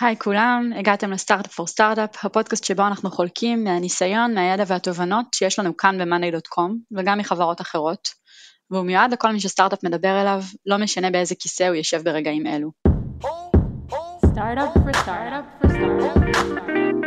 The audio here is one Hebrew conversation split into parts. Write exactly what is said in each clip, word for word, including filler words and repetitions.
היי כולם, הגעתם לסטארט-אפ פור סטארט-אפ, הפודקאסט שבו אנחנו חולקים מהניסיון, מהידע והתובנות שיש לנו כאן ב-מאנדיי דוט קום וגם מחברות אחרות, והוא מיועד לכל מי שסטארט-אפ מדבר אליו, לא משנה באיזה כיסא הוא יושב ברגעים אלו. Startup for startup for startup.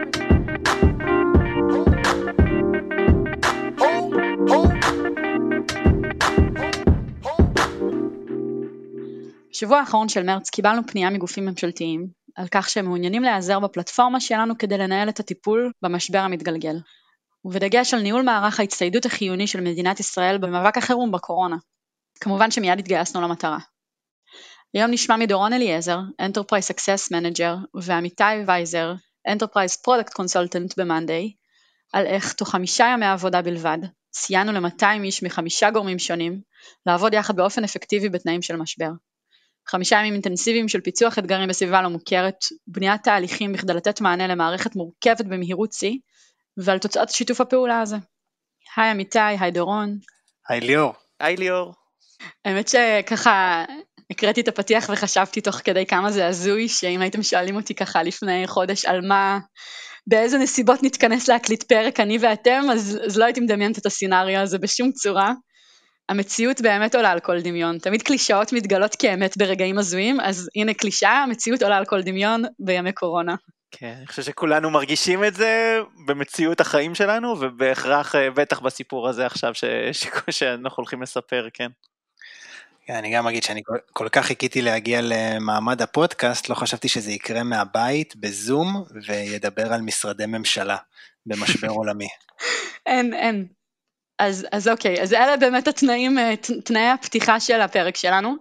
בשבוע האחרון של מרץ קיבלנו פנייה מגופים ממשלתיים על כך שהם מעוניינים להיעזר בפלטפורמה שלנו כדי לנהל את הטיפול במשבר המתגלגל. ובדגש על ניהול מערך ההצטיידות החיוני של מדינת ישראל במאבק החירום בקורונה. כמובן שמיד התגייסנו למטרה. היום נשמע מדורון אליעזר, Enterprise Success Manager, ועמיתי וייזר, Enterprise Product Consultant במאנדיי, על איך תוך חמישה ימי עבודה בלבד, סייענו ל-מאתיים איש מחמישה גורמים שונים, לעבוד יחד באופן אפקטיבי בתנאים של משבר. חמישה ימים אינטנסיביים של פיצוח אתגרים בסביבה לא מוכרת, בניית תהליכים בכדי לתת מענה למערכת מורכבת במהירות C, ועל תוצאות שיתוף הפעולה הזה. היי אמיתי, היי דורון. היי ליאור. היי ליאור. האמת שככה הקראתי את הפתיח וחשבתי תוך כדי כמה זה הזוי, שאם הייתם שואלים אותי ככה לפני חודש על מה, באיזה נסיבות נתכנס להקליט פרק אני ואתם, אז, אז לא הייתי מדמיינת את הסינריו הזה בשום צורה. המציאות באמת עולה על כל דמיון, תמיד קלישאות מתגלות כאמת ברגעים הזויים, אז הנה קלישאה, המציאות עולה על כל דמיון בימי קורונה. כן, אני חושב שכולנו מרגישים את זה במציאות החיים שלנו, ובהכרח בטח בסיפור הזה עכשיו ש... ש... שאנחנו הולכים לספר, כן. אני גם אגיד שאני כל, כל כך חיכיתי להגיע למעמד הפודקאסט, לא חשבתי שזה יקרה מהבית, בזום, וידבר על משרדי ממשלה, במשבר עולמי. אין, אין. אז, אז אוקיי, אז אלה באמת התנאים, תנאי הפתיחה של הפרק שלנו,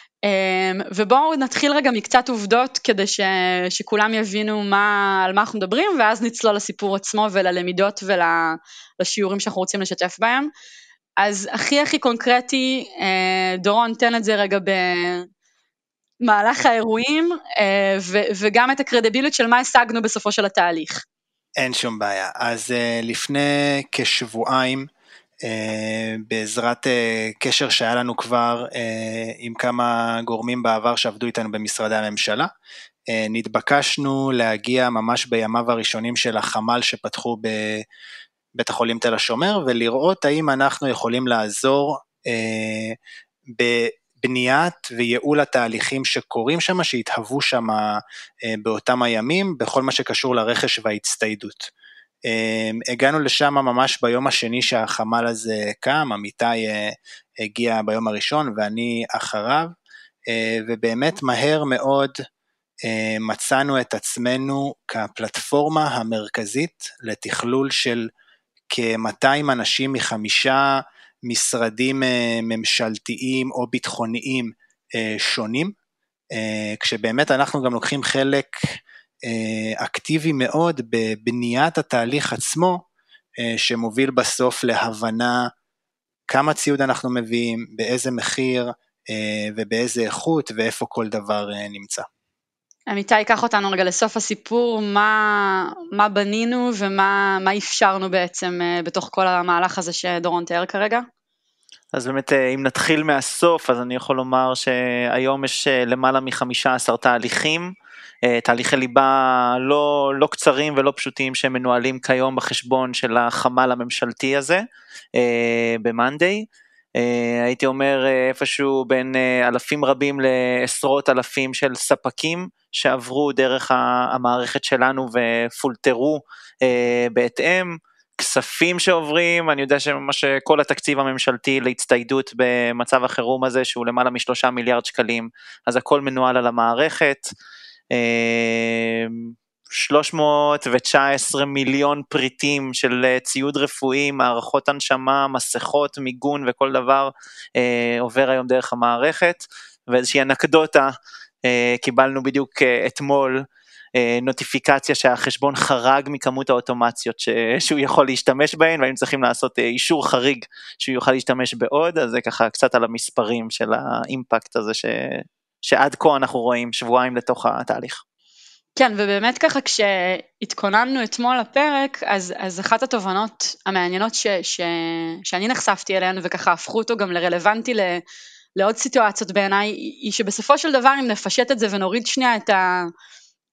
ובואו נתחיל רגע מקצת עובדות, כדי ש, שכולם יבינו מה, על מה אנחנו מדברים, ואז נצלול לסיפור עצמו וללמידות ולשיעורים שאנחנו רוצים לשתף בהם. אז הכי הכי קונקרטי, דורון תן את זה רגע במהלך האירועים, וגם את הקרדיביליות של מה השגנו בסופו של התהליך. אין שום בעיה, אז לפני כשבועיים, בעזרת קשר שהיה לנו כבר עם כמה גורמים בעבר שעבדו איתנו במשרדי הממשלה, נתבקשנו להגיע ממש בימיו הראשונים של החמ"ל שפתחו בבית החולים תל השומר, ולראות האם אנחנו יכולים לעזור בבניית וייעול התהליכים שקורים שם, שהתהוו שם באותם הימים, בכל מה שקשור לרכש וההצטיידות. הגענו לשם ממש ביום השני שהחמ"ל הזה קם, אמיתי הגיע ביום הראשון ואני אחריו, ובאמת מהר מאוד מצאנו את עצמנו כפלטפורמה המרכזית לתכלול של כ-מאתיים אנשים מחמישה משרדים ממשלתיים או ביטחוניים שונים, כשבאמת אנחנו גם לוקחים חלק אקטיבי מאוד בבניית התהליך עצמו, שמוביל בסוף להבנה כמה ציוד אנחנו מביאים, באיזה מחיר ובאיזה איכות ואיפה כל דבר נמצא. אמיתי, ייקח אותנו רגע לסוף הסיפור, מה, מה בנינו ומה מה אפשרנו בעצם בתוך כל המהלך הזה שדורון תיאר כרגע? אז באמת אם נתחיל מהסוף, אז אני יכול לומר שהיום יש למעלה מ-חמישה עשר תהליכים, תהליכי ליבה לא, לא קצרים ולא פשוטים שמנוהלים כיום בחשבון של החמ"ל הממשלתי הזה במאנדיי. הייתי אומר איפשהו בין אלפים רבים לעשרות אלפים של ספקים שעברו דרך המערכת שלנו ופולטרו בהתאם, כספים שעוברים, אני יודע שממש כל התקציב הממשלתי להצטיידות במצב החירום הזה שהוא למעלה משלושה מיליארד שקלים, אז הכל מנוהל על המערכת, שלוש מאות תשע עשרה מיליון פריטים של ציוד רפואי, מערכות הנשמה, מסכות, מיגון וכל דבר עובר היום דרך המערכת, ואיזושהי אנקדוטה, קיבלנו בדיוק אתמול נוטיפיקציה שהחשבון חרג מכמות האוטומציות שהוא יכול להשתמש בהן, והיינו צריכים לעשות אישור חריג שהוא יוכל להשתמש בעוד, אז זה ככה קצת על המספרים של האימפקט הזה ש... שעד כה אנחנו רואים שבועיים לתוך התהליך. כן, ובאמת ככה כשהתכוננו אתמול לפרק, אז, אז אחת התובנות המעניינות ש, ש, שאני נחשפתי אליהן, וככה הפכו אותו גם לרלוונטי ל, לעוד סיטואציות בעיניי, היא שבסופו של דבר אם נפשט את זה ונוריד שנייה את, ה,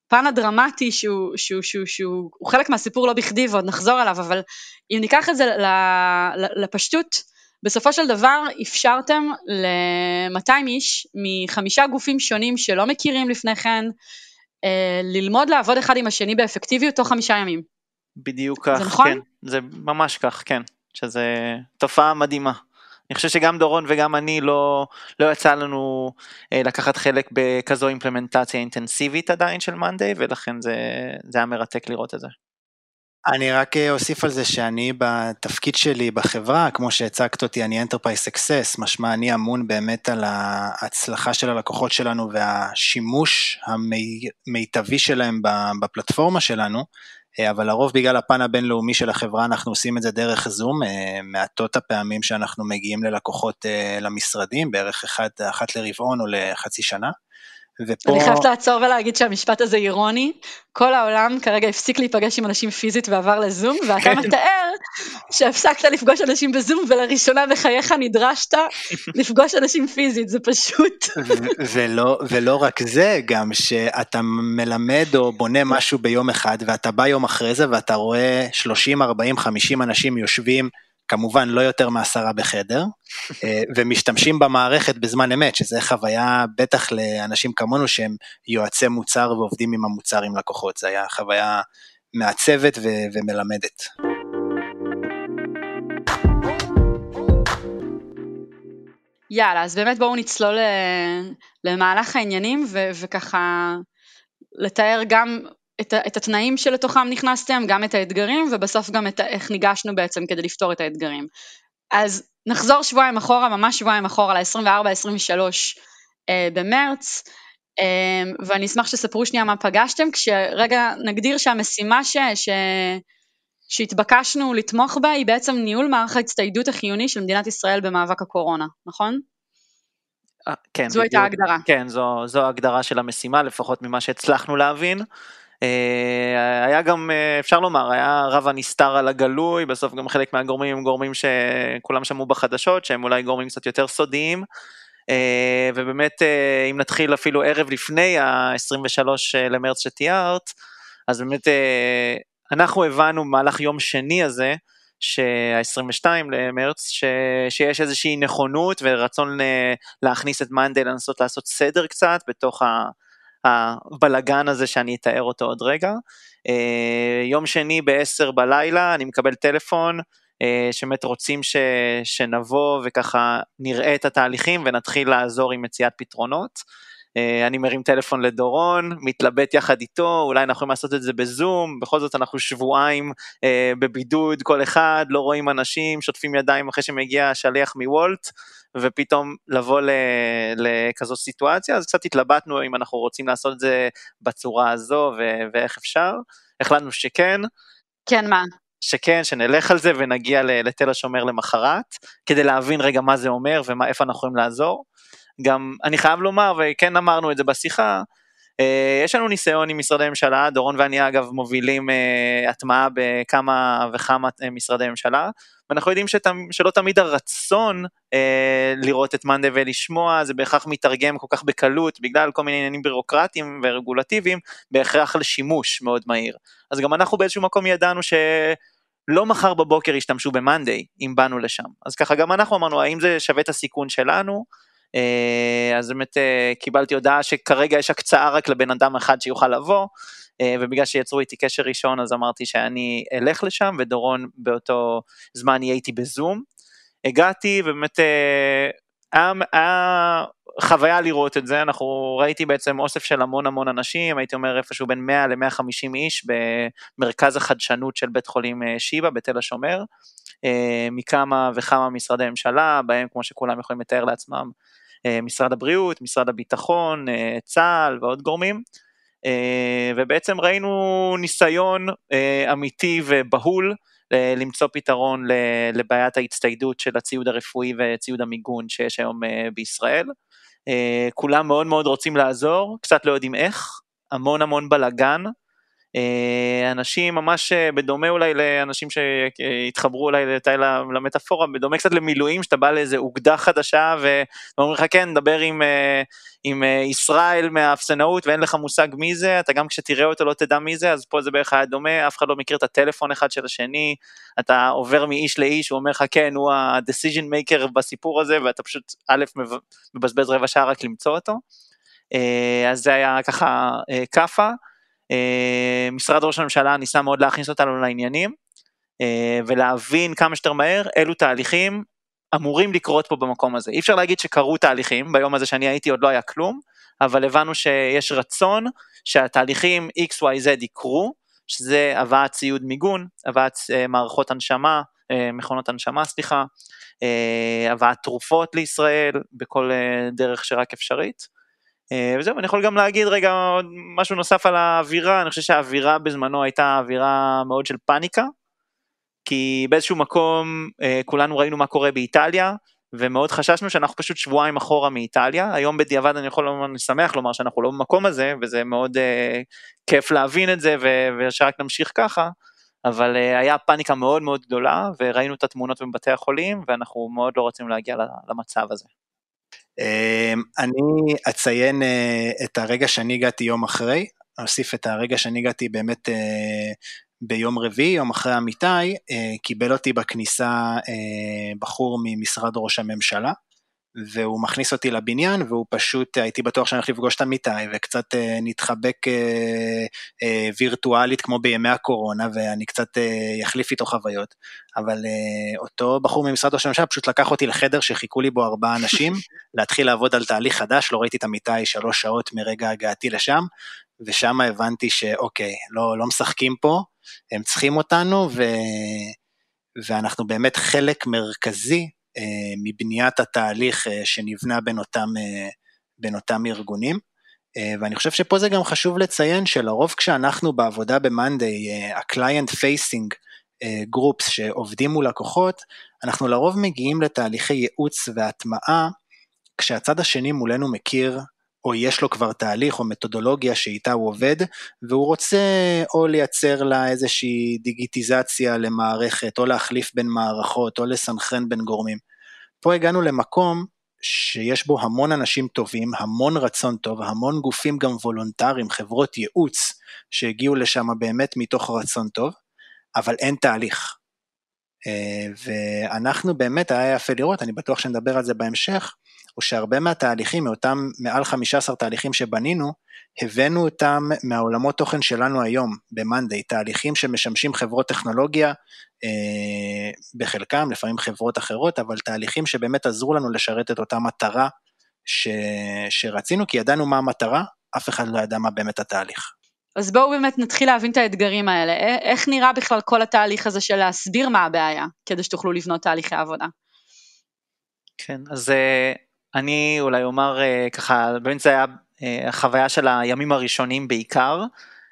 הפן הדרמטי שהוא, שהוא, שהוא, שהוא, הוא חלק מהסיפור לא בכדי ועוד נחזור אליו, אבל אם ניקח את זה לפשטות, בסופו של דבר אפשרתם ל-מאתיים איש מחמישה גופים שונים שלא מכירים לפני כן, ללמוד לעבוד אחד עם השני באפקטיביות תוך חמישה ימים. בדיוק כך, נכון? כן, זה ממש כך, כן, שזה תופעה מדהימה. אני חושב שגם דורון וגם אני לא, לא יצא לנו אה, לקחת חלק בכזו אימפלמנטציה אינטנסיבית עדיין של Monday, ולכן זה, זה היה מרתק לראות את זה. אני רק אוסיף על זה שאני בתפקיד שלי בחברה, כמו שהצגת אותי, אני Enterprise Success, משמע אני אמון באמת על ההצלחה של הלקוחות שלנו, והשימוש המיטבי שלהם בפלטפורמה שלנו, אבל לרוב בגלל הפן הבינלאומי של החברה אנחנו עושים את זה דרך זום, מעטות הפעמים שאנחנו מגיעים ללקוחות למשרדים, בערך אחד, אחת לרבעון או לחצי שנה. ופה... אני חייבת לעצור ולהגיד שהמשפט הזה אירוני, כל העולם כרגע הפסיק להיפגש עם אנשים פיזית ועבר לזום, ואתה מתאר שהפסקת לפגוש אנשים בזום, ולראשונה בחייך נדרשת לפגוש אנשים פיזית, זה פשוט. ולא, ולא רק זה, גם שאתה מלמד או בונה משהו ביום אחד, ואתה בא יום אחרי זה, ואתה רואה שלושים, ארבעים, חמישים אנשים יושבים, כמובן לא יותר מעשרה בחדר, ומשתמשים במערכת בזמן אמת, שזה חוויה בטח לאנשים כמונו שהם יועצי מוצר ועובדים עם המוצר עם לקוחות, זה היה חוויה מעצבת ו- ומלמדת. יאללה, אז באמת בואו נצלול למהלך העניינים, ו- וככה לתאר גם את, את התנאים שלתוכם נכנסתם, גם את האתגרים, ובסוף גם את איך ניגשנו בעצם כדי לפתור את האתגרים. אז נחזור שבועיים אחורה, ממש שבועיים אחורה, ל-עשרים וארבע עשרים ושלוש אה, במרץ, אה, ואני אשמח שספרו שנייה מה פגשתם, כשרגע נגדיר שהמשימה ש, ש, שהתבקשנו לתמוך בה, היא בעצם ניהול מערך ההצטיידות החיוני של מדינת ישראל במאבק הקורונה, נכון? כן, זו הייתה ההגדרה. כן, זו, זו ההגדרה של המשימה, לפחות ממה שהצלחנו להבין. היה גם, אפשר לומר, היה רב הנסתר על הגלוי, בסוף גם חלק מהגורמים הם גורמים שכולם שמעו בחדשות, שהם אולי גורמים קצת יותר סודיים, ובאמת אם נתחיל אפילו ערב לפני ה-עשרים ושלושה למרץ שתיארת, אז באמת אנחנו הבנו במהלך יום שני הזה, שה-עשרים ושניים למרץ, ש... שיש איזושהי נכונות ורצון להכניס את Monday, לנסות לעשות סדר קצת בתוך ה... הבלגן הזה שאני אתאר אותו עוד רגע. יום שני בעשר בלילה אני מקבל טלפון שבאמת רוצים ש... שנבוא וככה נראה את התהליכים ונתחיל לעזור עם מציאת פתרונות. אני מרים טלפון לדורון, מתלבט יחד איתו, אולי אנחנו יכולים לעשות את זה בזום, בכל זאת אנחנו שבועיים בבידוד כל אחד, לא רואים אנשים, שוטפים ידיים אחרי שמגיע השליח מוולט, ופתאום לבוא לכזו סיטואציה, אז קצת התלבטנו אם אנחנו רוצים לעשות את זה בצורה הזו, ואיך אפשר, החלטנו שכן. כן, מה? שכן, שנלך על זה ונגיע לתל השומר למחרת, כדי להבין רגע מה זה אומר, ואיפה אנחנו יכולים לעזור. גם אני חייב לומר, וכן אמרנו את זה בשיחה, יש לנו ניסיון עם משרדי ממשלה, דורון ואני אגב מובילים הטמעה בכמה וכמה משרדי ממשלה, ואנחנו יודעים שת, שלא תמיד הרצון לראות את Monday ולשמוע, זה בהכרח מתרגם כל כך בקלות, בגלל כל מיני עניינים בירוקרטיים ורגולטיביים, בהכרח לשימוש מאוד מהיר. אז גם אנחנו באיזשהו מקום ידענו ש... לא מחר בבוקר ישתמשו ב-Monday, אם באנו לשם. אז ככה גם אנחנו אמרנו, האם זה שווה את הסיכון שלנו? אז באמת קיבלתי הודעה שכרגע יש הקצאה רק לבן אדם אחד שיוכל לבוא, ובגלל שיצרו איתי קשר ראשון, אז אמרתי שאני אלך לשם, ודורון באותו זמן הייתי בזום. הגעתי, ובאמת היה, היה חוויה לראות את זה, אנחנו ראיתי בעצם אוסף של המון המון אנשים, הייתי אומר איפשהו בין מאה למאה וחמישים איש, במרכז החדשנות של בית חולים שיבא, בתל השומר, מכמה וכמה משרדי ממשלה, בהם כמו שכולם יכולים לתאר לעצמם, משרד הבריאות, משרד הביטחון, צה"ל ועוד גורמים, ובעצם ראינו ניסיון אמיתי ובהול, למצוא פתרון לבעיית ההצטיידות של הציוד הרפואי וציוד המיגון שיש היום בישראל. כולם מאוד מאוד רוצים לעזור, קצת לא יודעים איך, המון המון בלגן, אנשים ממש בדומה אולי לאנשים שהתחברו אולי למטאפורה, בדומה קצת למילואים, שאתה בא לאיזה אוגדה חדשה, ואומרים לך כן, דבר עם, עם ישראל מהאפסנאות, ואין לך מושג מי זה, אתה גם כשתראה אותו לא תדע מי זה, אז פה זה בערך היה דומה, אף אחד לא מכיר את הטלפון אחד של השני, אתה עובר מאיש לאיש, הוא אומר לך כן, הוא ה-decision maker בסיפור הזה, ואתה פשוט א' מבזבז רבע שעה רק למצוא אותו, אז זה היה ככה קפה, משרד ראש הממשלה ניסה מאוד להכניס אותנו לעניינים, ולהבין כמה שיותר מהר, אילו תהליכים אמורים לקרות פה במקום הזה. אי אפשר להגיד שקרו תהליכים, ביום הזה שאני הייתי עוד לא היה כלום, אבל הבנו שיש רצון שהתהליכים X Y Z יקרו, שזה הבאת ציוד מיגון, הבאת מערכות הנשמה, מכונות הנשמה, סליחה, הבאת תרופות לישראל, בכל דרך שרק אפשרית, וזהו, אני יכול גם להגיד רגע משהו נוסף על האווירה, אני חושב שהאווירה בזמנו הייתה אווירה מאוד של פאניקה, כי באיזשהו מקום כולנו ראינו מה קורה באיטליה, ומאוד חששנו שאנחנו פשוט שבועיים אחורה מאיטליה, היום בדיעבד אני יכול לומר, אני שמח לומר שאנחנו לא במקום הזה, וזה מאוד uh, כיף להבין את זה, ושרק נמשיך ככה, אבל uh, היה פאניקה מאוד מאוד גדולה, וראינו את התמונות בבתי החולים, ואנחנו מאוד לא רוצים להגיע למצב הזה. אני אציין את הרגע שאני הגעתי יום אחרי, אוסיף את הרגע שאני הגעתי באמת ביום רביעי, יום אחרי אמיתי, קיבל אותי בכניסה בחור ממשרד ראש הממשלה, והוא מכניס אותי לבניין, והוא פשוט, הייתי בטוח שאני הולך לפגוש את אמיתי, וקצת נתחבק וירטואלית כמו בימי הקורונה, ואני קצת יחליף איתו חוויות, אבל אותו בחור ממשרד ראש הממשלה פשוט לקח אותי לחדר שחיכו לי בו ארבעה אנשים, להתחיל לעבוד על תהליך חדש, לא ראיתי את אמיתי שלוש שעות מרגע הגעתי לשם, ושם הבנתי שאוקיי, לא, לא משחקים פה, הם צריכים אותנו, ו... ואנחנו באמת חלק מרכזי, מבניית התהליך שנבנה בין אותם, בין אותם ארגונים, ואני חושב שפה זה גם חשוב לציין שלרוב כשאנחנו בעבודה במאנדיי, ה-client facing groups שעובדים מול לקוחות, אנחנו לרוב מגיעים לתהליכי ייעוץ והטמעה, כשהצד השני מולנו מכיר, או יש לו כבר תהליך או מתודולוגיה שאיתה הוא עובד, והוא רוצה או לייצר לה איזושהי דיגיטיזציה למערכת, או להחליף בין מערכות, או לסנכרן בין גורמים. פה הגענו למקום שיש בו המון אנשים טובים, המון רצון טוב, המון גופים גם וולונטריים, חברות ייעוץ, שהגיעו לשם באמת מתוך רצון טוב, אבל אין תהליך. ואנחנו באמת, היה יפה לראות, אני בטוח שנדבר על זה בהמשך, או שהרבה מהתהליכים, מאותם מעל חמישה עשר תהליכים שבנינו, הבאנו אותם מהעולמות תוכן שלנו היום, במאנדיי, תהליכים שמשמשים חברות טכנולוגיה, אה, בחלקם, לפעמים חברות אחרות, אבל תהליכים שבאמת עזרו לנו לשרת את אותה מטרה ש, שרצינו, כי ידענו מה המטרה, אף אחד לא ידע מה באמת התהליך. אז בואו באמת נתחיל להבין את האתגרים האלה, איך נראה בכלל כל התהליך הזה של להסביר מה הבעיה, כדי שתוכלו לבנות תהליכי עבודה? כן, אז אני אולי אומר ככה, באמת זה היה החוויה של הימים הראשונים בעיקר.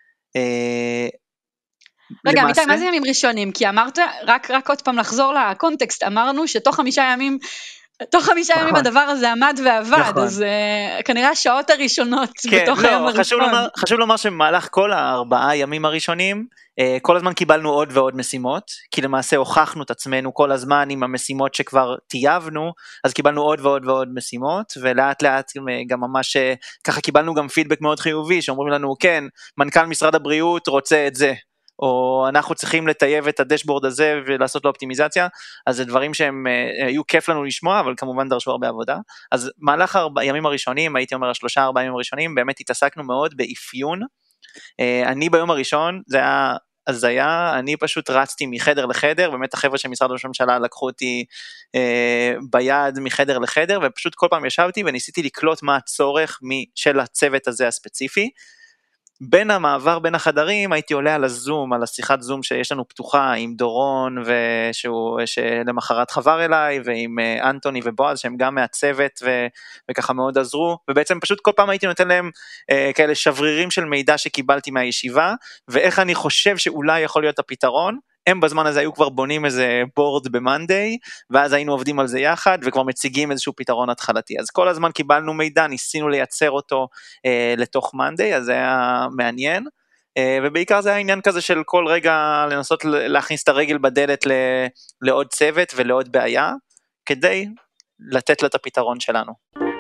רגע, אמיתי, מה זה ימים ראשונים? כי אמרת, רק, רק עוד פעם לחזור לקונטקסט, אמרנו שתוך חמישה ימים, תוך חמישה ימים הדבר הזה עמד ועבד, אז כנראה השעות הראשונות בתוך היום הראשון. חשוב לומר שבמהלך כל הארבעה ימים הראשונים, כל הזמן קיבלנו עוד ועוד משימות, כי למעשה הוכחנו את עצמנו כל הזמן עם המשימות שכבר תייבנו, אז קיבלנו עוד ועוד ועוד משימות, ולאט לאט גם ממש ככה קיבלנו גם פידבק מאוד חיובי, שאומרים לנו כן, מנכ"ל משרד הבריאות רוצה את זה, או אנחנו צריכים לטייב את הדשבורד הזה ולעשות לו אופטימיזציה, אז זה דברים שהם היו כיף לנו לשמוע, אבל כמובן דרשו הרבה עבודה. אז מהלך הימים הראשונים, הייתי אומר השלושה ארבעה ימים הראשונים, באמת התעסקנו מאוד באפיון. אני ביום הראשון, זה היה אז היה, אני פשוט רצתי מחדר לחדר, באמת החבר'ה של משרד ראש הממשלה לקחו אותי אה, ביד מחדר לחדר, ופשוט כל פעם ישבתי וניסיתי לקלוט מה הצורך של הצוות הזה הספציפי, בין המעבר בין החדרים הייתי עולה על הזום, על השיחת זום שיש לנו פתוחה עם דורון, ושהוא, שלמחרת חבר אליי, ועם אנטוני ובועז, שהם גם מהצוות, ו, וככה מאוד עזרו, ובעצם פשוט כל פעם הייתי נותן להם אה, כאלה שברירים של מידע שקיבלתי מהישיבה, ואיך אני חושב שאולי יכול להיות הפתרון, הם בזמן הזה היו כבר בונים איזה בורד במאנדיי, ואז היינו עובדים על זה יחד, וכבר מציגים איזשהו פתרון התחלתי. אז כל הזמן קיבלנו מידע, ניסינו לייצר אותו אה, לתוך מאנדיי, אז זה היה מעניין. ובעיקר זה העניין כזה של כל רגע לנסות להכניס את הרגל בדלת לעוד צוות ולעוד בעיה, כדי לתת לה את הפתרון שלנו.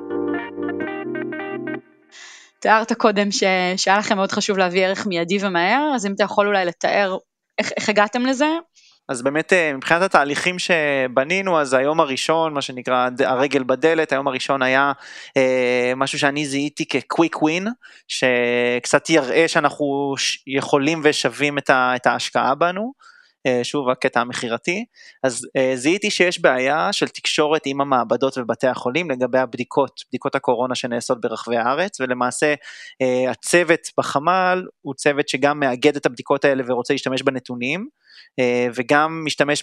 תיארת קודם ש... שהיה לכם מאוד חשוב להביא ערך מיידי ומהר, אז אם אתה יכול אולי לתאר איך, איך הגעתם לזה? אז באמת מבחינת התהליכים שבנינו, אז היום הראשון, מה שנקרא הרגל בדלת, היום הראשון היה אה, משהו שאני זיהיתי כ-quick win, שקצת יראה שאנחנו יכולים ושווים את, ה, את ההשקעה בנו, אה, שוב הקטע המחירתי, אז אה, זיהיתי שיש בעיה של תקשורת עם המעבדות ובתי החולים, לגבי הבדיקות, בדיקות הקורונה שנעשות ברחבי הארץ, ולמעשה אה, הצוות בחמ"ל, הוא צוות שגם מאגד את הבדיקות האלה ורוצה להשתמש בנתונים, וגם משתמש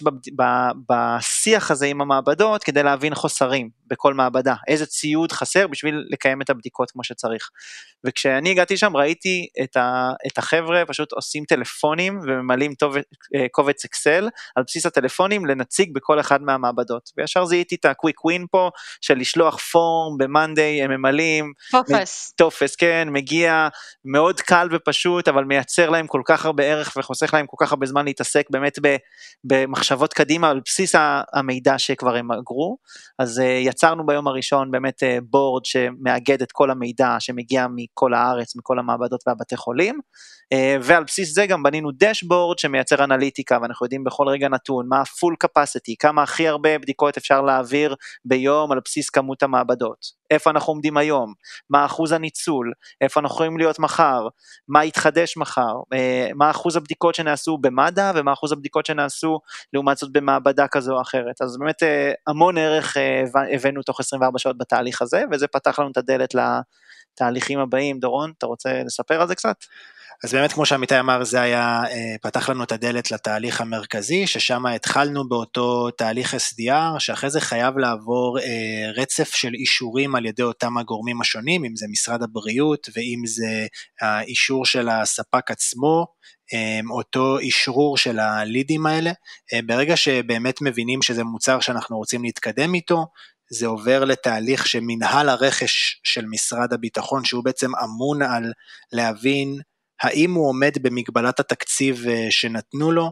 בשיח הזה עם המעבדות כדי להבין חוסרים בכל מעבדה, איזה ציוד חסר בשביל לקיים את הבדיקות כמו שצריך. וכשאני הגעתי שם ראיתי את החבר'ה פשוט עושים טלפונים וממלאים קובץ אקסל על בסיס הטלפונים לנציג בכל אחד מהמעבדות, וישר זיהיתי את הקוויק ווין פה של לשלוח פורם במנדי, הם ממלאים טופס, טופס כן, מגיע מאוד קל ופשוט, אבל מייצר להם כל כך הרבה ערך וחוסך להם כל כך הרבה זמן להתעסק באמת במחשבות קדימה על בסיס המידע שכבר הם אגרו. אז יצרנו ביום הראשון באמת בורד שמאגד את כל המידע שמגיע מכל הארץ, מכל המעבדות והבתי חולים, ועל בסיס זה גם בנינו דשבורד שמייצר אנליטיקה, ואנחנו יודעים בכל רגע נתון מה הפול קפסיטי, כמה הכי הרבה בדיקות אפשר להעביר ביום על בסיס כמות המעבדות, איפה אנחנו עומדים היום, מה אחוז הניצול, איפה אנחנו יכולים להיות מחר, מה יתחדש מחר, מה אחוז הבדיקות שנעשו במד"א, ומה אחוז הבדיקות שנעשו לעומת זאת במעבדה כזו או אחרת. אז באמת המון ערך הבאנו תוך עשרים וארבע שעות בתהליך הזה, וזה פתח לנו את הדלת לתהליכים הבאים. דורון, אתה רוצה לספר על זה קצת? אז באמת כמו שעמיתי אמר, זה היה, פתח לנו את הדלת לתהליך המרכזי, ששם התחלנו באותו תהליך אס די אר, שאחרי זה חייב לעבור רצף של אישורים על ידי אותם הגורמים השונים, אם זה משרד הבריאות, ואם זה האישור של הספק עצמו, אותו אישרור של הלידים האלה. ברגע שבאמת מבינים שזה מוצר שאנחנו רוצים להתקדם איתו, זה עובר לתהליך שמנהל הרכש של משרד הביטחון, שהוא בעצם אמון על להבין האם הוא עומד במגבלת התקציב שנתנו לו,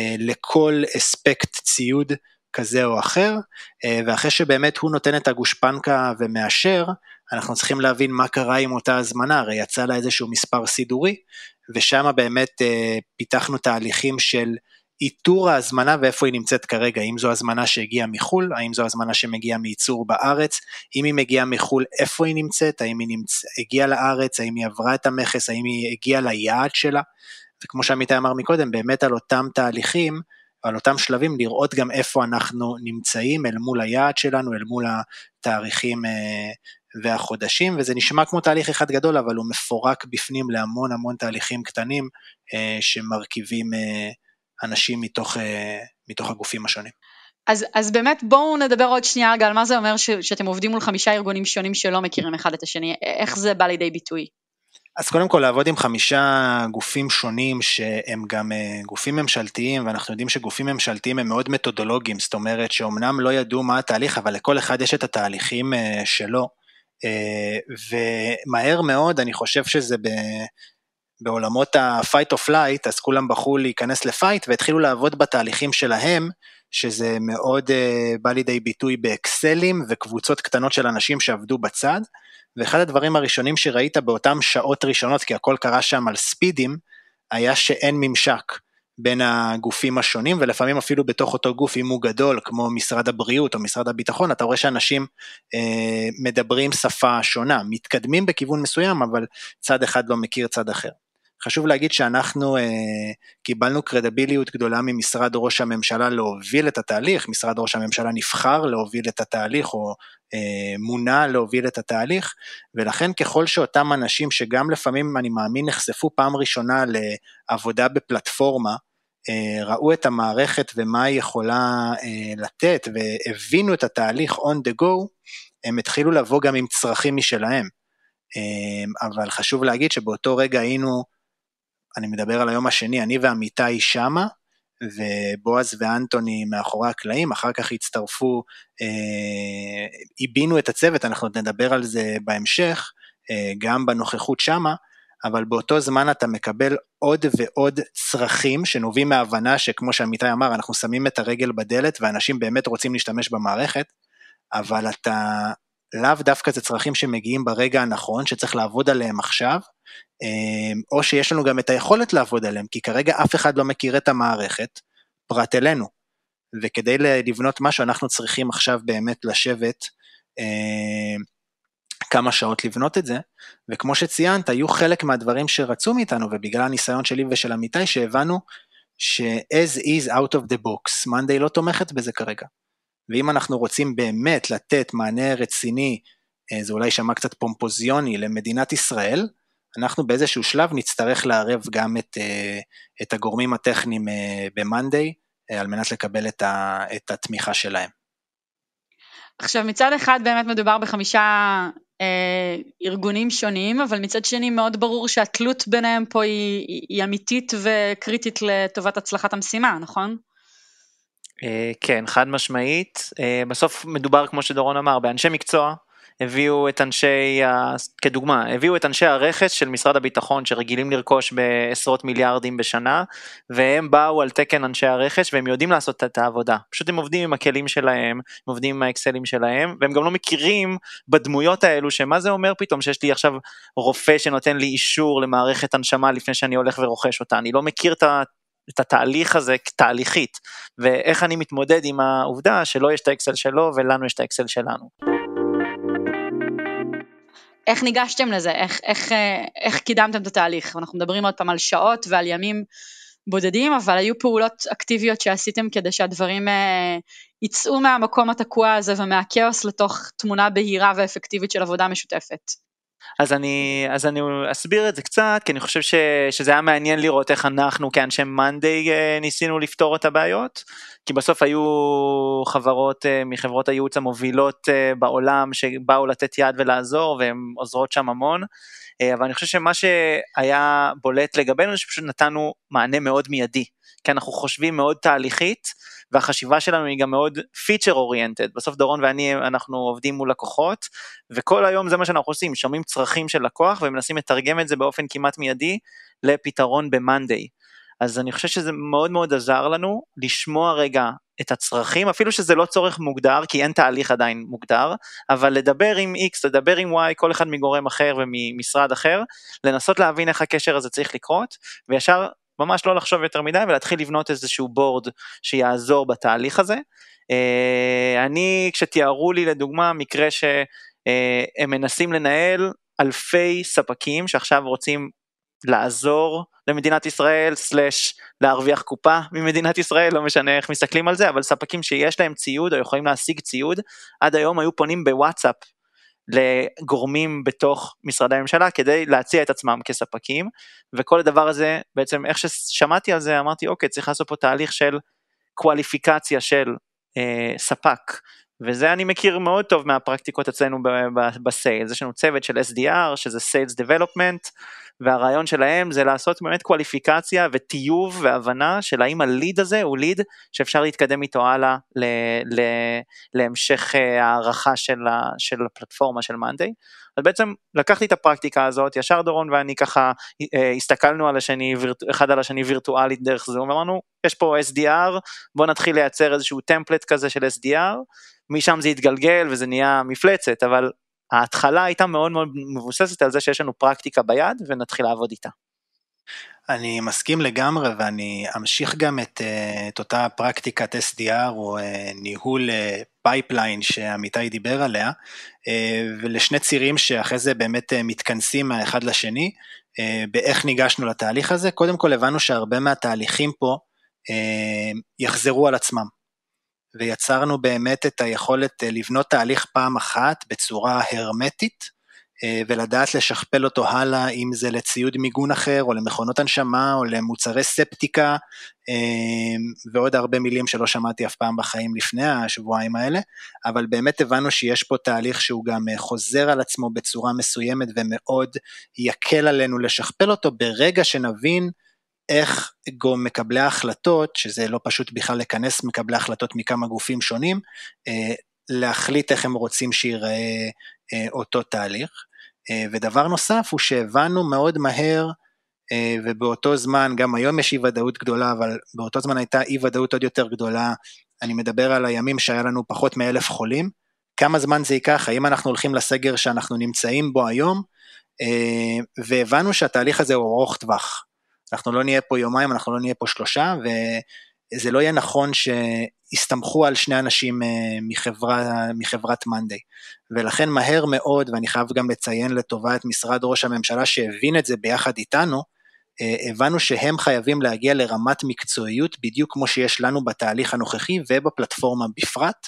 לכל אספקט ציוד כזה או אחר, ואחרי שבאמת הוא נותן את הגושפנקה ומאשר, אנחנו צריכים להבין מה קרה עם אותה הזמנה, הרי יצא לה איזשהו מספר סידורי, ושם באמת פיתחנו תהליכים של איתור ההזמנה ואיפה היא נמצאת כרגע, אם זו הזמנה שהגיעה מחול, האם זו הזמנה שמגיעה מייצור בארץ, אם היא מגיעה מחול, איפה היא נמצאת, האם היא נמצ... הגיעה לארץ, האם היא עברה את המכס, האם היא הגיעה ליעד שלה, וכמו שעמיתי אמר מקודם, באמת על אותם תהליכים, על אותם שלבים, לראות גם איפה אנחנו נמצאים, אל מול היעד שלנו, אל מול התאריכים והחודשים, וזה נשמע כמו תהליך אחד גדול, אבל הוא מפורק בפנים להמון המון תהליכים קטנים, שמרכיבים אנשים מתוך, מתוך הגופים השונים. אז, אז באמת בואו נדבר עוד שנייה רגע על מה זה אומר ש, שאתם עובדים מול חמישה ארגונים שונים שלא מכירים אחד את השני, איך זה בא לידי ביטוי? אז קודם כל לעבוד עם חמישה גופים שונים שהם גם גופים ממשלתיים, ואנחנו יודעים שגופים ממשלתיים הם מאוד מתודולוגיים, זאת אומרת שאומנם לא ידעו מה התהליך, אבל לכל אחד יש את התהליכים שלו, ומהר מאוד אני חושב שזה ב... בעולמות ה-fight or flight, אז כולם בחרו להיכנס לפייט, והתחילו לעבוד בתהליכים שלהם, שזה מאוד uh, בא לידי ביטוי באקסלים, וקבוצות קטנות של אנשים שעבדו בצד, ואחד הדברים הראשונים שראית באותם שעות ראשונות, כי הכל קרה שם על ספידים, היה שאין ממשק בין הגופים השונים, ולפעמים אפילו בתוך אותו גוף, אם הוא גדול, כמו משרד הבריאות או משרד הביטחון, אתה רואה שאנשים אה, מדברים שפה שונה, מתקדמים בכיוון מסוים, אבל צד אחד לא מכיר צד אחר. חשוב להגיד שאנחנו אה, קיבלנו קרדיביליות גדולה ממשרד ראש הממשלה להוביל את התהליך, משרד ראש הממשלה נבחר להוביל את התהליך, או אה, מונה להוביל את התהליך, ולכן ככל שאותם אנשים שגם לפעמים אני מאמין נחשפו פעם ראשונה לעבודה בפלטפורמה, אה, ראו את המערכת ומה היא יכולה אה, לתת, והבינו את התהליך on the go, הם התחילו לבוא גם עם צרכים משלהם, אה, אבל חשוב להגיד שבאותו רגע היינו, אני מדבר על היום השני, אני ועמיתי שמה, ובועז ואנטוני מאחורי הקלעים, אחר כך הצטרפו, אה, הבינו את הצוות, אנחנו נדבר על זה בהמשך, אה, גם בנוכחות שמה, אבל באותו זמן אתה מקבל עוד ועוד צרכים שנובעים מההבנה שכמו שעמיתי אמר, אנחנו שמים את הרגל בדלת ואנשים באמת רוצים להשתמש במערכת, אבל אתה לאו דווקא זה צרכים שמגיעים ברגע הנכון, שצריך לעבוד עליהם עכשיו, או שיש לנו גם את היכולת לעבוד עליהם, כי כרגע אף אחד לא מכיר את המערכת, פרט אלינו, וכדי לבנות משהו אנחנו צריכים עכשיו באמת לשבת כמה שעות לבנות את זה, וכמו שציינת, היו חלק מהדברים שרצו מאיתנו, ובגלל הניסיון שלי ושל עמיתי, שהבנו ש-as is out of the box, Monday לא תומכת בזה כרגע, ואם אנחנו רוצים באמת לתת מענה רציני, זה אולי שמע קצת פומפוזיוני למדינת ישראל, אנחנו באיזשהו שלב נצטרך לערב גם את, את הגורמים הטכניים ב-Monday, על מנת לקבל את, ה, את התמיכה שלהם. עכשיו מצד אחד באמת מדובר בחמישה אה, ארגונים שונים, אבל מצד שני מאוד ברור שהתלות ביניהם פה היא, היא אמיתית וקריטית לטובת הצלחת המשימה, נכון? כן, חד משמעית. בסוף מדובר, כמו שדורון אמר, באנשי מקצוע, הביאו את אנשי, כדוגמה, הביאו את אנשי הרכש של משרד הביטחון, שרגילים לרכוש בעשרות מיליארדים בשנה, והם באו על תקן אנשי הרכש, והם יודעים לעשות את העבודה. פשוט הם עובדים עם הכלים שלהם, הם עובדים עם האקסלים שלהם, והם גם לא מכירים בדמויות האלו, שמה זה אומר פתאום, שיש לי עכשיו רופא שנותן לי אישור למערכת הנשמה, לפני שאני הולך ורוכש אותה. אני לא מכיר את ה... את התהליך הזה תהליכית, ואיך אני מתמודד עם העובדה שלא יש את האקסל שלו, ולנו יש את האקסל שלנו. איך ניגשתם לזה? איך, איך, איך קידמתם את התהליך? אנחנו מדברים עוד פעם על שעות ועל ימים בודדים, אבל היו פעולות אקטיביות שעשיתם כדי שהדברים יצאו מהמקום התקוע הזה ומהכאוס לתוך תמונה בהירה ואפקטיבית של עבודה משותפת. אז אני, אז אני אסביר את זה קצת, כי אני חושב ש, שזה היה מעניין לראות איך אנחנו כאנשי Monday ניסינו לפתור את הבעיות, כי בסוף היו חברות מחברות הייעוץ המובילות בעולם שבאו לתת יד ולעזור, והן עוזרות שם המון, אבל אני חושב שמה שהיה בולט לגבינו, זה שפשוט נתנו מענה מאוד מיידי, כי אנחנו חושבים מאוד תהליכית, והחשיבה שלנו היא גם מאוד feature oriented, בסוף דורון ואני אנחנו עובדים מול לקוחות, וכל היום זה מה שאנחנו עושים, שומעים צרכים של לקוח, ומנסים לתרגם את זה באופן כמעט מיידי, לפתרון ב-Monday. אז אני חושב שזה מאוד מאוד עזר לנו, לשמוע רגע את הצרכים, אפילו שזה לא צורך מוגדר, כי אין תהליך עדיין מוגדר, אבל לדבר עם X, לדבר עם Y, כל אחד מגורם אחר וממשרד אחר, לנסות להבין איך הקשר הזה צריך לקרות, וישר ממש לא לחשוב יותר מדי, ולהתחיל לבנות איזשהו בורד שיעזור בתהליך הזה. אני, כשתיארו לי לדוגמה, מקרה שהם מנסים לנהל אלפי ספקים, שעכשיו רוצים לעזור למדינת ישראל, סלש להרוויח קופה ממדינת ישראל, לא משנה איך מסתכלים על זה, אבל ספקים שיש להם ציוד, או יכולים להשיג ציוד, עד היום היו פונים בוואטסאפ, לגורמים בתוך משרדי הממשלה, כדי להציע את עצמם כספקים, וכל הדבר הזה, בעצם איך ששמעתי על זה, אמרתי, אוקיי, צריך לעשות פה תהליך של קואליפיקציה של אה, ספק, וזה אני מכיר מאוד טוב מהפרקטיקות אצלנו בסיילס, יש לנו צוות של אס די אר, שזה Sales Development, והרעיון שלהם זה לעשות באמת קואליפיקציה וטיוב והבנה של האם הליד הזה הוא ליד שאפשר להתקדם איתו הלאה ל- ל- להמשך הערכה של, ה- של הפלטפורמה של Monday. אז בעצם לקחתי את הפרקטיקה הזאת, ישר דורון ואני ככה הסתכלנו על השני, אחד על השני וירטואלית דרך זום, ואמרנו יש פה אס די אר, בוא נתחיל לייצר איזשהו טמפלט כזה של אס די אר, משם זה יתגלגל וזה נהיה מפלצת, אבל ההתחלה הייתה מאוד מאוד מבוססת על זה שיש לנו פרקטיקה ביד, ונתחיל לעבוד איתה. אני מסכים לגמרי, ואני אמשיך גם את, את אותה פרקטיקת אס די אר, או ניהול פייפליין שעמיתי דיבר עליה, ולשני צירים שאחרי זה באמת מתכנסים מהאחד לשני, באיך ניגשנו לתהליך הזה. קודם כל הבנו שהרבה מהתהליכים פה יחזרו על עצמם, ויצרנו באמת את היכולת לבנות תהליך פעם אחת בצורה הרמטית, ולדעת לשכפל אותו הלאה, אם זה לציוד מיגון אחר, או למכונות הנשמה, או למוצרי ספטיקה, ועוד הרבה מילים שלא שמעתי אף פעם בחיים לפני השבועיים האלה, אבל באמת הבנו שיש פה תהליך שהוא גם חוזר על עצמו בצורה מסוימת, ומאוד יקל עלינו לשכפל אותו, ברגע שנבין איך גם מקבלי ההחלטות, שזה לא פשוט בכלל לכנס מקבלי ההחלטות מכמה גופים שונים, להחליט איך הם רוצים שיראה אותו תהליך. ודבר נוסף הוא שהבנו מאוד מהר, ובאותו זמן, גם היום יש אי ודאות גדולה, אבל באותו זמן הייתה אי ודאות עוד יותר גדולה, אני מדבר על הימים שהיה לנו פחות מאלף חולים, כמה זמן זה ייקח, האם אנחנו הולכים לסגר שאנחנו נמצאים בו היום, והבנו שהתהליך הזה הוא ארוך טווח, אנחנו לא נהיה פה יומיים, אנחנו לא נהיה פה שלושה, וזה לא יהיה נכון שיסתמכו על שני אנשים מחברה, מחברת מנדי, ולכן מהר מאוד, ואני חייב גם לציין לטובה את משרד ראש הממשלה שהבין את זה ביחד איתנו, הבנו שהם חייבים להגיע לרמת מקצועיות, בדיוק כמו שיש לנו בתהליך הנוכחי ובפלטפורמה בפרט,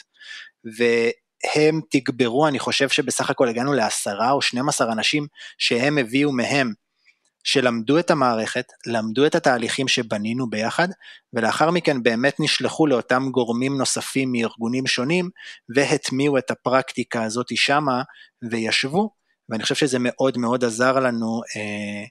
והם תגברו, אני חושב שבסך הכל הגענו לעשרה או שנים עשר אנשים שהם הביאו מהם, שלמדו את המערכת, למדו את התהליכים שבנינו ביחד, ולאחר מכן באמת נשלחו לאותם גורמים נוספים מארגונים שונים, והטמיעו את הפרקטיקה הזאת שמה, וישבו, ואני חושב שזה מאוד מאוד עזר לנו אה,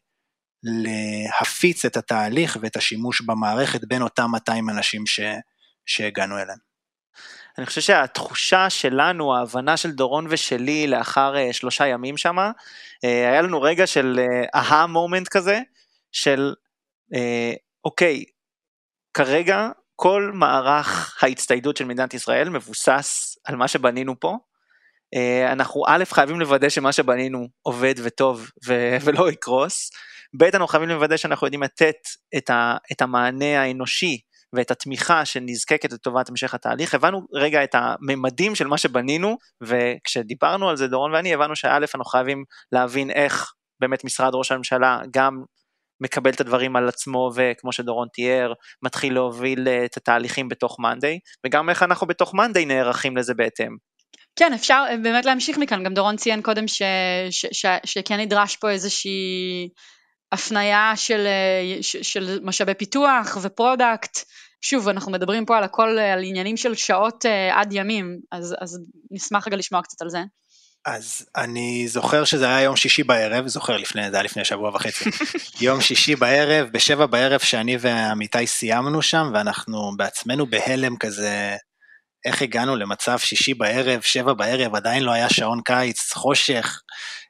להפיץ את התהליך ואת השימוש במערכת, בין אותם מאתיים אנשים ש, שהגענו אליהם. אני חושב שהתחושה שלנו, ההבנה של דורון ושלי לאחר uh, שלושה ימים שמה, uh, היה לנו רגע של אהה uh, מומנט כזה, של uh, אוקיי, כרגע כל מערך ההצטיידות של מדינת ישראל מבוסס על מה שבנינו פה, uh, אנחנו א' חייבים לוודא שמה שבנינו עובד וטוב ו- ולא יקרוס, ב' אנחנו חייבים לוודא שאנחנו יודעים לתת את, ה- את המענה האנושי, ואת התמיכה שנזקקת לטובת המשך התהליך, הבנו רגע את הממדים של מה שבנינו, וכשדיברנו על זה דורון ואני, הבנו שא' אנחנו חייבים להבין איך באמת משרד ראש הממשלה גם מקבל את הדברים על עצמו, וכמו שדורון תיאר, מתחיל להוביל את התהליכים בתוך מנדי, וגם איך אנחנו בתוך מנדי נערכים לזה בהתאם. כן, אפשר באמת להמשיך מכאן, גם דורון ציין קודם ש, ש, ש, שכן נדרש פה איזושהי הפנייה של, של משאבי פיתוח ופרודקט, שוב, אנחנו מדברים פה על הכל, על עניינים של שעות עד ימים, אז, אז נשמח רגע לשמוע קצת על זה. אז אני זוכר שזה היה יום שישי בערב, זוכר לפני, זה היה לפני שבוע וחצי, יום שישי בערב, בשבע בערב שאני ועמיתי סיימנו שם, ואנחנו בעצמנו בהלם כזה, איך הגענו למצב שישי בערב, שבע בערב, עדיין לא היה שעון קיץ, חושך,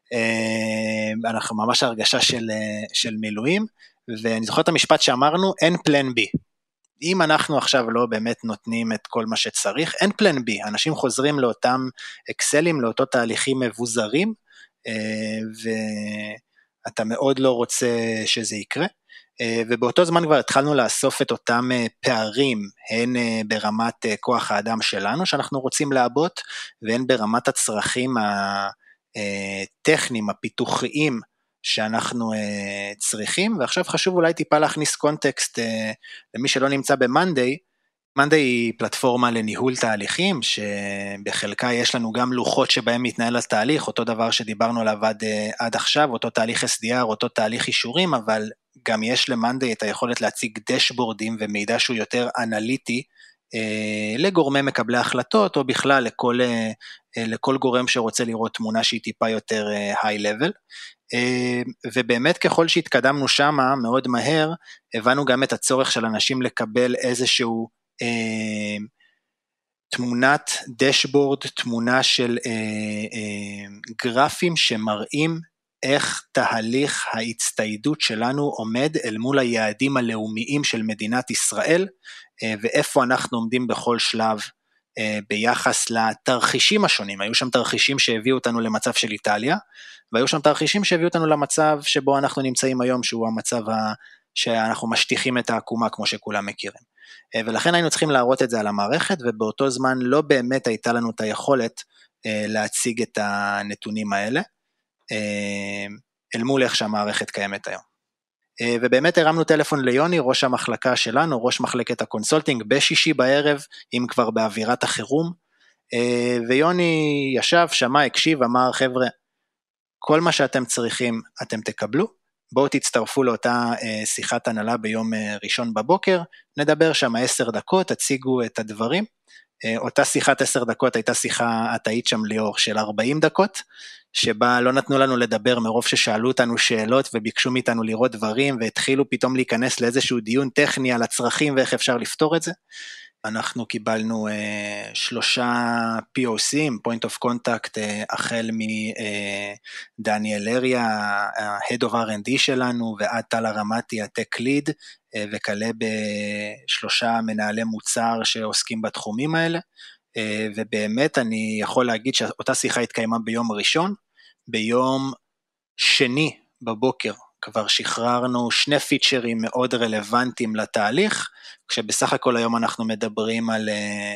אנחנו ממש הרגשה של, של מילואים, ואני זוכר את המשפט שאמרנו, אין פלן בי, אם אנחנו עכשיו לא באמת נותנים את כל מה שצריך, אין פלן בי, אנשים חוזרים לאותם אקסלים, לאותו תהליכים מבוזרים, ואתה מאוד לא רוצה שזה יקרה, ובאותו זמן כבר התחלנו לאסוף את אותם פערים, הן ברמת כוח האדם שלנו שאנחנו רוצים לעבות, והן ברמת הצרכים הטכניים, הפיתוחיים, שאנחנו uh, צריכים, ועכשיו חשוב אולי טיפה להכניס קונטקסט uh, למי שלא נמצא במנדי, מנדי היא פלטפורמה לניהול תהליכים, שבחלקה יש לנו גם לוחות שבהם מתנהל התהליך, אותו דבר שדיברנו עליו עד, uh, עד עכשיו, אותו תהליך אס די אר, אותו תהליך אישורים, אבל גם יש למנדי את היכולת להציג דשבורדים ומידע שהוא יותר אנליטי, uh, לגורמי מקבלי החלטות, או בכלל לכל, uh, לכל גורם שרוצה לראות תמונה שהיא טיפה יותר uh, high level, ובאמת ככל שהתקדמנו שמה מאוד מהר, הבנו גם את הצורך של אנשים לקבל איזשהו אה, תמונת דשבורד, תמונה של אה, אה, גרפים שמראים איך תהליך ההצטיידות שלנו עומד אל מול היעדים הלאומיים של מדינת ישראל, אה, ואיפה אנחנו עומדים בכל שלב, ביחס לתרחישים השונים, היו שם תרחישים שהביאו אותנו למצב של איטליה, והיו שם תרחישים שהביאו אותנו למצב שבו אנחנו נמצאים היום, שהוא המצב ה... שאנחנו משטיחים את העקומה כמו שכולם מכירים, ולכן היינו צריכים להראות את זה על המערכת, ובאותו זמן לא באמת הייתה לנו את היכולת להציג את הנתונים האלה, אל מול איך שהמערכת קיימת היום. ובאמת הרמנו טלפון ליוני, ראש המחלקה שלנו, ראש מחלקת הקונסולטינג, בשישי בערב, אם כבר באווירת החירום, ויוני ישב, שמע, הקשיב, אמר, חבר'ה, כל מה שאתם צריכים, אתם תקבלו, בואו תצטרפו לאותה שיחת הנהלה ביום ראשון בבוקר, נדבר שם עשר דקות, תציגו את הדברים, אותה שיחת עשר דקות, הייתה שיחה, את היית שם ליאור, של ארבעים דקות, שבה לא נתנו לנו לדבר מרוב ששאלו אותנו שאלות וביקשו מאיתנו לראות דברים, והתחילו פתאום להיכנס לאיזשהו דיון טכני על הצרכים ואיך אפשר לפתור את זה, אנחנו קיבלנו uh, שלושה פי או סי, Point of Contact, uh, החל מדניאל uh, אריה, ה-Head of אר אנד די שלנו, ועד טל הרמתי, ה-Tech Lead, uh, וכלה בשלושה מנהלי מוצר שעוסקים בתחומים האלה, uh, ובאמת אני יכול להגיד שאותה שיחה התקיימה ביום ראשון, ביום שני בבוקר, כבר שחררנו שני פיצ'רים מאוד רלוונטיים לתהליך, כשבסך הכל היום אנחנו מדברים על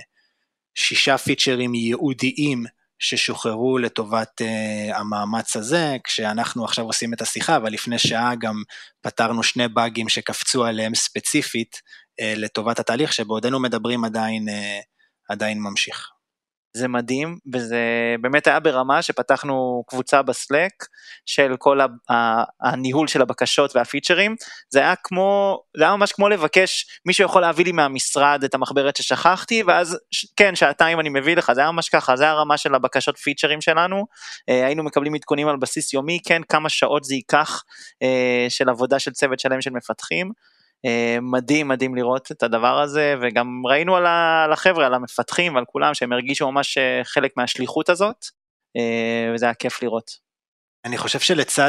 שישה פיצ'רים ייעודיים ששוחררו לטובת המאמץ הזה, כשאנחנו עכשיו עושים את השיחה, אבל לפני שעה גם פתרנו שני באגים שקפצו עליהם ספציפית לטובת התהליך, שבעודנו מדברים עדיין, עדיין ממשיך. זה מדהים, וזה באמת היה ברמה שפתחנו קבוצה בסלק של כל הניהול של הבקשות והפיצ'רים, זה היה כמו, זה היה ממש כמו לבקש, מישהו יכול להביא לי מהמשרד את המחברת ששכחתי, ואז כן, שעתיים אני מביא לך, זה היה ממש ככה, זה היה הרמה של הבקשות פיצ'רים שלנו, היינו מקבלים עדכונים על בסיס יומי, כן, כמה שעות זה ייקח של עבודה של צוות שלם של מפתחים, מדהים, מדהים לראות את הדבר הזה, וגם ראינו על החבר'ה, על המפתחים ועל כולם, שהם הרגישו ממש חלק מהשליחות הזאת, וזה היה כיף לראות. אני חושב שלצד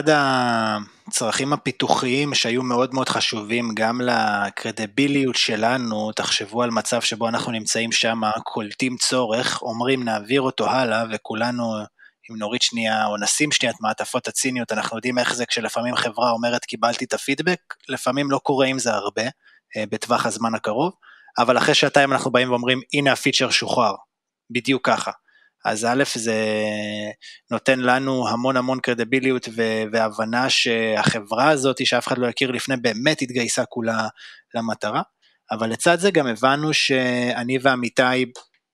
הצרכים הפיתוחיים שהיו מאוד מאוד חשובים גם לקרדיביליות שלנו, תחשבו על מצב שבו אנחנו נמצאים שם, קולטים צורך, אומרים נעביר אותו הלאה, וכולנו אם נוריד שנייה או נשים שנייה את מעטפות הציניות, אנחנו יודעים איך זה כשלפעמים חברה אומרת קיבלתי את הפידבק, לפעמים לא קורה עם זה הרבה, בטווח הזמן הקרוב, אבל אחרי שעתיים אנחנו באים ואומרים הנה הפיצ'ר שוחרר, בדיוק ככה. אז א' זה נותן לנו המון המון קרדיביליות והבנה שהחברה הזאת שאף אחד לא יכיר לפני באמת התגייסה כולה למטרה, אבל לצד זה גם הבנו שאני ועמיתי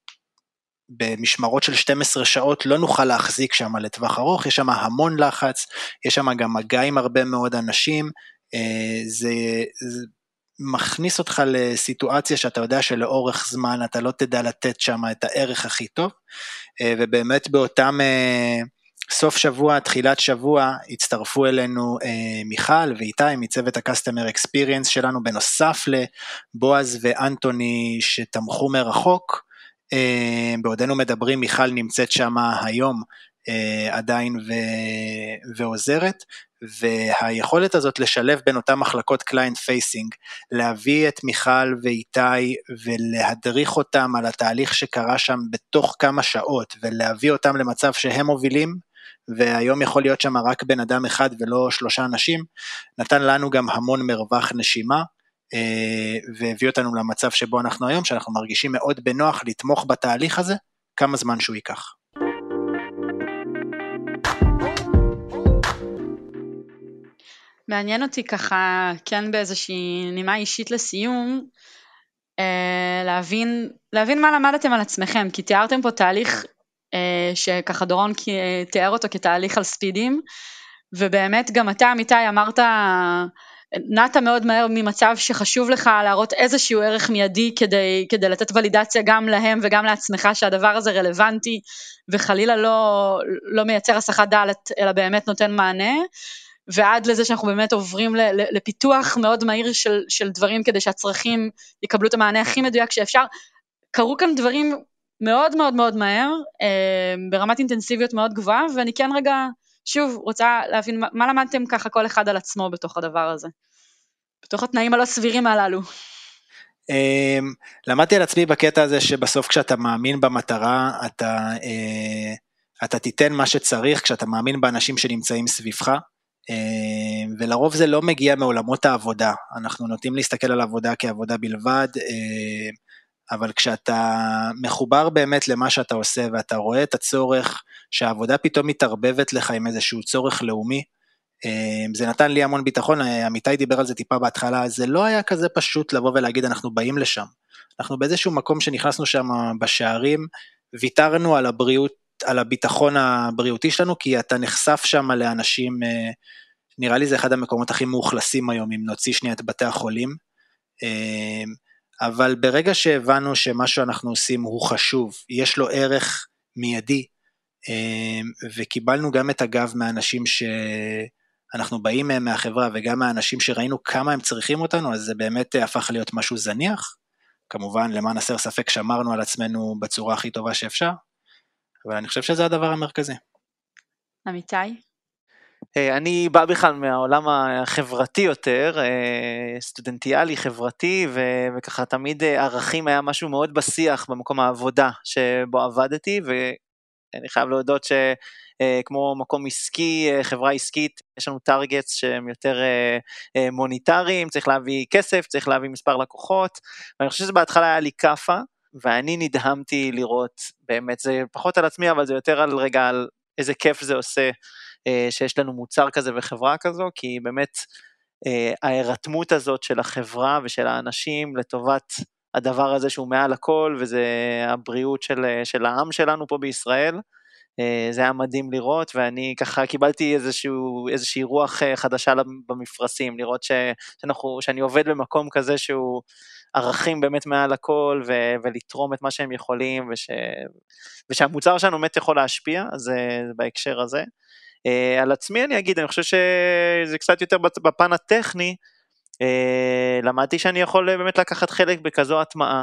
במשמרות של שתים עשרה שעות לא נוכל להחזיק שם לטווח ארוך, יש שם המון לחץ, יש שם גם מגע עם הרבה מאוד אנשים, זה, זה מכניס אותך לסיטואציה שאתה יודע שלאורך זמן אתה לא תדע לתת שם את הערך הכי טוב, ובאמת באותם סוף שבוע, תחילת שבוע, הצטרפו אלינו מיכל ואיתי מצוות ה-Customer Experience שלנו, בנוסף לבועז ואנטוני שתמכו מרחוק, בעודנו מדברים, מיכל נמצאת שם היום עדיין ועוזרת, והיכולת הזאת לשלב בין אותם מחלקות קליינט פייסינג, להביא את מיכל ואיתי ולהדריך אותם על התהליך שקרה שם בתוך כמה שעות, ולהביא אותם למצב שהם מובילים, והיום יכול להיות שם רק בן אדם אחד ולא שלושה אנשים, נתן לנו גם המון מרווח נשימה, והביא אותנו למצב שבו אנחנו היום, שאנחנו מרגישים מאוד בנוח לתמוך בתהליך הזה, כמה זמן שהוא ייקח. מעניין אותי ככה, כן באיזושהי נימה אישית לסיום, להבין, להבין מה למדתם על עצמכם, כי תיארתם פה תהליך שככה דורון תיאר אותו כתהליך על ספידים, ובאמת גם אתה אמיתי אמרת, נעת מאוד מהר ממצב שחשוב לך להראות איזשהו ערך מיידי כדי, כדי לתת ולידציה גם להם וגם לעצמך שהדבר הזה רלוונטי, וחלילה לא, לא מייצר הסחת דעת, אלא באמת נותן מענה, ועד לזה שאנחנו באמת עוברים לפיתוח מאוד מהיר של, של דברים, כדי שהצרכים יקבלו את המענה הכי מדויק שאפשר. קרו כאן דברים מאוד מאוד מאוד מהר, ברמת אינטנסיביות מאוד גבוהה, ואני כן רגע, שוב, רוצה להבין מה למדתם ככה כל אחד על עצמו בתוך הדבר הזה, בתוך התנאים הלא סבירים הללו. למדתי על עצמי בקטע הזה שבסוף כשאתה מאמין במטרה, אתה, אתה תיתן מה שצריך, כשאתה מאמין באנשים שנמצאים סביבך, ולרוב זה לא מגיע מעולמות העבודה, אנחנו נוטים להסתכל על עבודה כעבודה בלבד, אבל כשאתה מחובר באמת למה שאתה עושה, ואתה רואה את הצורך, שהעבודה פתאום מתערבבת לך עם איזשהו צורך לאומי, זה נתן לי המון ביטחון, אמיתי דיבר על זה טיפה בהתחלה, זה לא היה כזה פשוט לבוא ולהגיד אנחנו באים לשם, אנחנו באיזשהו מקום שנכנסנו שם בשערים, ויתרנו על הבריאות, על הביטחון הבריאותי שלנו, כי אתה נחשף שם לאנשים, נראה לי זה אחד המקומות הכי מאוכלסים היום, אם נוציא שנייה את בתי החולים, אבל ברגע שהבנו שמה שאנחנו עושים הוא חשוב, יש לו ערך מיידי, וקיבלנו גם את הגב מהאנשים שאנחנו באים מהם מהחברה, וגם מהאנשים שראינו כמה הם צריכים אותנו, אז זה באמת הפך להיות משהו זניח, כמובן, למען הסר ספק, שמרנו על עצמנו בצורה הכי טובה שאפשר, אבל אני חושב שזה הדבר המרכזי. אמיתי? אני בא בכלל מהעולם החברתי יותר, סטודנטיאלי, חברתי, וככה תמיד ערכים היה משהו מאוד בשיח במקום העבודה שבו עבדתי, ואני חייב להודות שכמו מקום עסקי, חברה עסקית, יש לנו טרגטס שהם יותר מוניטריים, צריך להביא כסף, צריך להביא מספר לקוחות, ואני חושב שזה בהתחלה היה לי קפה, ואני נדהמתי לראות, באמת זה פחות על עצמי, אבל זה יותר על רגע על איזה כיף זה עושה, שיש לנו מוצר כזה וחברה כזו, כי באמת ההירתמות הזאת של החברה ושל האנשים לטובת הדבר הזה שהוא מעל הכל, וזה הבריאות של, של העם שלנו פה בישראל, זה היה מדהים לראות, ואני ככה קיבלתי איזשהו, איזושהי רוח חדשה במפרסים, לראות ש, שאנחנו, שאני עובד במקום כזה שהוא ערכים באמת מעל הכל, ו, ולתרום את מה שהם יכולים, וש, ושהמוצר שלנו באמת יכול להשפיע, אז זה בהקשר הזה. Uh, על עצמי אני אגיד, אני חושב שזה קצת יותר בפן הטכני, uh, למדתי שאני יכול באמת לקחת חלק בכזו הטמעה,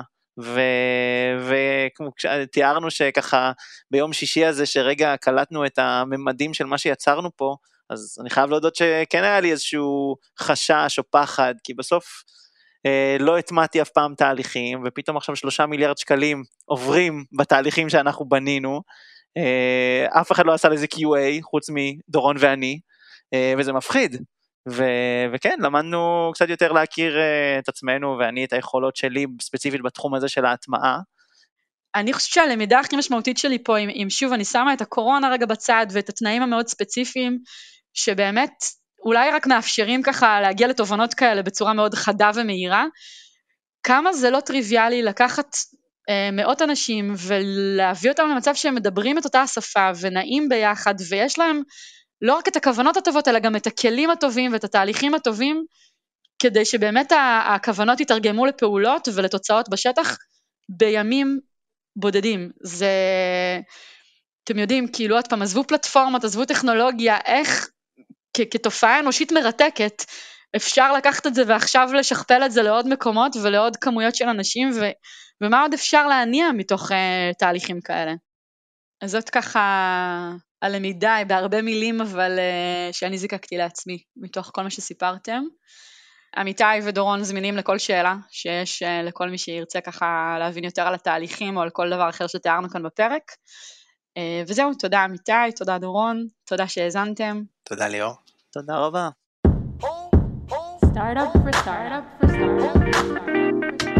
וכמו תיארנו שככה ביום שישי הזה שרגע קלטנו את הממדים של מה שיצרנו פה, אז אני חייב להודות שכן היה לי איזשהו חשש או פחד, כי בסוף uh, לא התמעתי אף פעם תהליכים, ופתאום עכשיו שלושה מיליארד שקלים עוברים בתהליכים שאנחנו בנינו, Uh, אף אחד לא עשה לזה קיו איי חוץ מדורון ואני, uh, וזה מפחיד, ו- וכן, למדנו קצת יותר להכיר uh, את עצמנו, ואני את היכולות שלי ספציפית בתחום הזה של ההטמעה. אני חושבת שהלמידה הכי משמעותית שלי פה, אם, אם שוב אני שמה את הקורונה רגע בצד, ואת התנאים המאוד ספציפיים, שבאמת אולי רק מאפשרים ככה להגיע לתובנות כאלה בצורה מאוד חדה ומהירה, כמה זה לא טריוויאלי לקחת מאות אנשים ולהביא אותם למצב שהם מדברים את אותה השפה ונעים ביחד, ויש להם לא רק את הכוונות הטובות אלא גם את הכלים הטובים ואת התהליכים הטובים, כדי שבאמת הכוונות יתרגמו לפעולות ולתוצאות בשטח בימים בודדים. זה, אתם יודעים, כאילו עוד פעם, עזבו פלטפורמות, עזבו טכנולוגיה, איך כ- כתופעה אנושית מרתקת אפשר לקחת את זה ועכשיו לשכפל את זה לעוד מקומות ולעוד כמויות של אנשים, ו ומה עוד אפשר להניע מתוך uh, תהליכים כאלה. אז זאת ככה הלמידה, בהרבה מילים, אבל uh, שאני זיקקתי לעצמי, מתוך כל מה שסיפרתם. אמיתי ודורון זמינים לכל שאלה, שיש uh, לכל מי שירצה ככה להבין יותר על התהליכים, או על כל דבר אחר שתיארנו כאן בפרק. Uh, וזהו, תודה אמיתי, תודה דורון, תודה שהאזנתם. תודה ליאור. תודה רבה. Startup for startup for startup.